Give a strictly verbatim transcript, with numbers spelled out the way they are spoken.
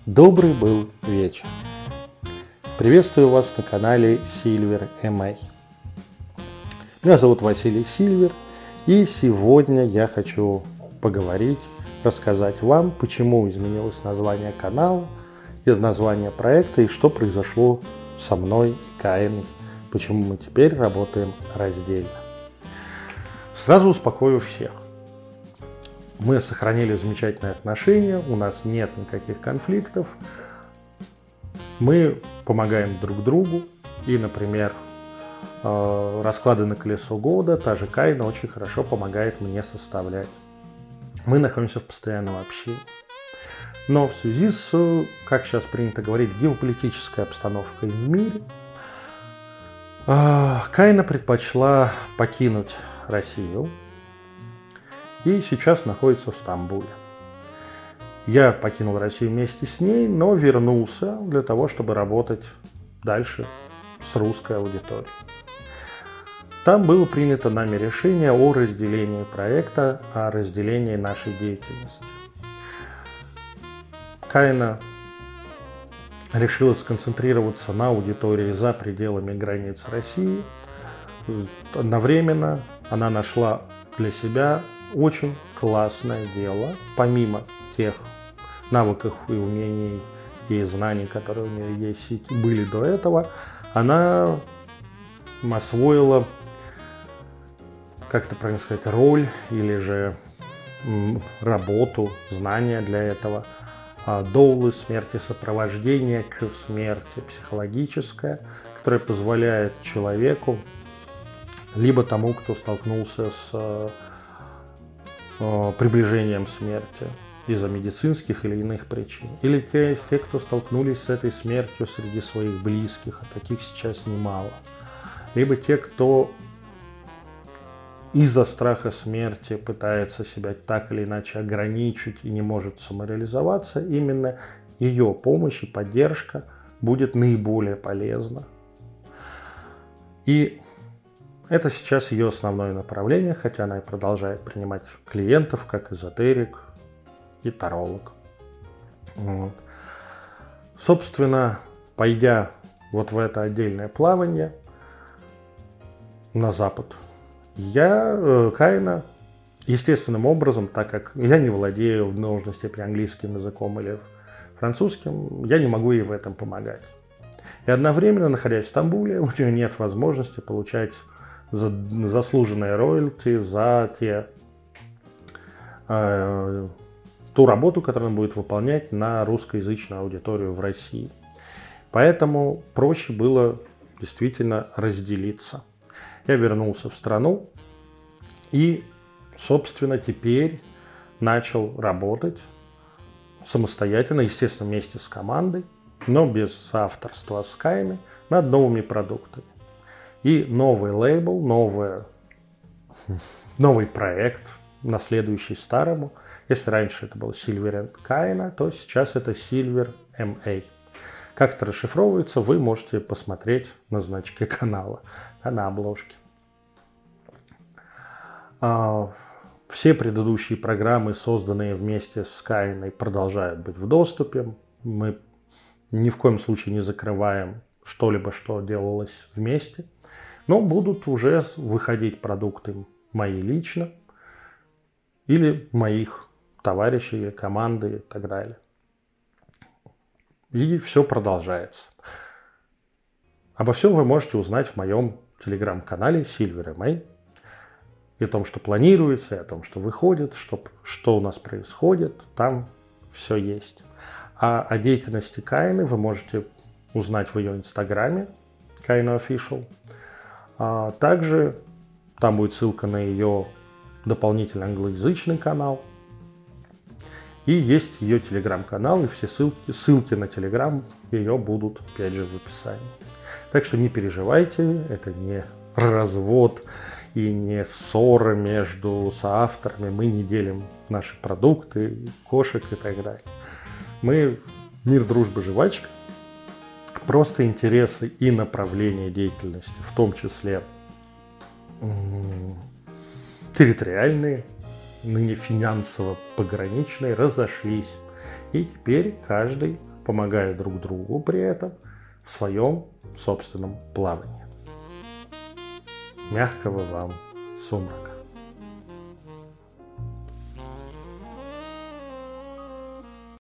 Добрый был вечер. Приветствую вас на канале Silver эм эй. Меня зовут Василий Сильвер, и сегодня я хочу поговорить, рассказать вам, почему изменилось название канала и название проекта, и что произошло со мной и Каиной, почему мы теперь работаем раздельно. Сразу успокою всех. Мы сохранили замечательные отношения, у нас нет никаких конфликтов. Мы помогаем друг другу. И, например, расклады на колесо года, та же Каина очень хорошо помогает мне составлять. Мы находимся в постоянном общении. Но в связи с, как сейчас принято говорить, геополитической обстановкой в мире, Каина предпочла покинуть Россию и сейчас находится в Стамбуле. Я покинул Россию вместе с ней, но вернулся для того, чтобы работать дальше с русской аудиторией. Там было принято нами решение о разделении проекта, о разделении нашей деятельности. Каина решила сконцентрироваться на аудитории за пределами границ России. Одновременно она нашла для себя очень классное дело, помимо тех навыков и умений и знаний, которые у нее есть, были до этого, она освоила, как это правильно сказать, роль или же работу, знания для этого, доулы, смерти сопровождения к смерти психологическое, которое позволяет человеку, либо тому, кто столкнулся с приближением смерти из-за медицинских или иных причин, или те, те, кто столкнулись с этой смертью среди своих близких, а таких сейчас немало, либо те, кто из-за страха смерти пытается себя так или иначе ограничить и не может самореализоваться, именно ее помощь и поддержка будет наиболее полезна. И это сейчас ее основное направление, хотя она и продолжает принимать клиентов как эзотерик и таролог. Вот. Собственно, пойдя вот в это отдельное плавание на запад, я, Каина, естественным образом, так как я не владею в должной степени английским языком или французским, я не могу ей в этом помогать. И одновременно, находясь в Стамбуле, у нее нет возможности получать заслуженные роялти за те, э, ту работу, которую она будет выполнять на русскоязычную аудиторию в России. Поэтому проще было действительно разделиться. Я вернулся в страну и, собственно, теперь начал работать самостоятельно, естественно, вместе с командой, но без соавторства с Каиной, над новыми продуктами. И новый лейбл, новый, новый проект, наследующий старому. Если раньше это был Silver энд Kaina, то сейчас это Silver эм эй. Как это расшифровывается, вы можете посмотреть на значке канала, на обложке. Все предыдущие программы, созданные вместе с Каиной, продолжают быть в доступе. Мы ни в коем случае не закрываем что-либо, что делалось вместе. Но будут уже выходить продукты мои лично, или моих товарищей, или команды и так далее. И все продолжается. Обо всем вы можете узнать в моем телеграм-канале Silver эм эй. И о том, что планируется, и о том, что выходит, что, что у нас происходит. Там все есть. А о деятельности Каины вы можете узнать в ее инстаграме Kaina Official. А также там будет ссылка на ее дополнительный англоязычный канал. И есть ее телеграм-канал, и все ссылки, ссылки на телеграм ее будут, опять же, в описании. Так что не переживайте, это не развод и не ссора между соавторами. Мы не делим наши продукты, кошек и так далее. Мы мир, дружба, жвачка. Просто интересы и направления деятельности, в том числе территориальные, ныне финансово-пограничные, разошлись. И теперь каждый помогая друг другу при этом в своем собственном плавании. Мягкого вам сумрака.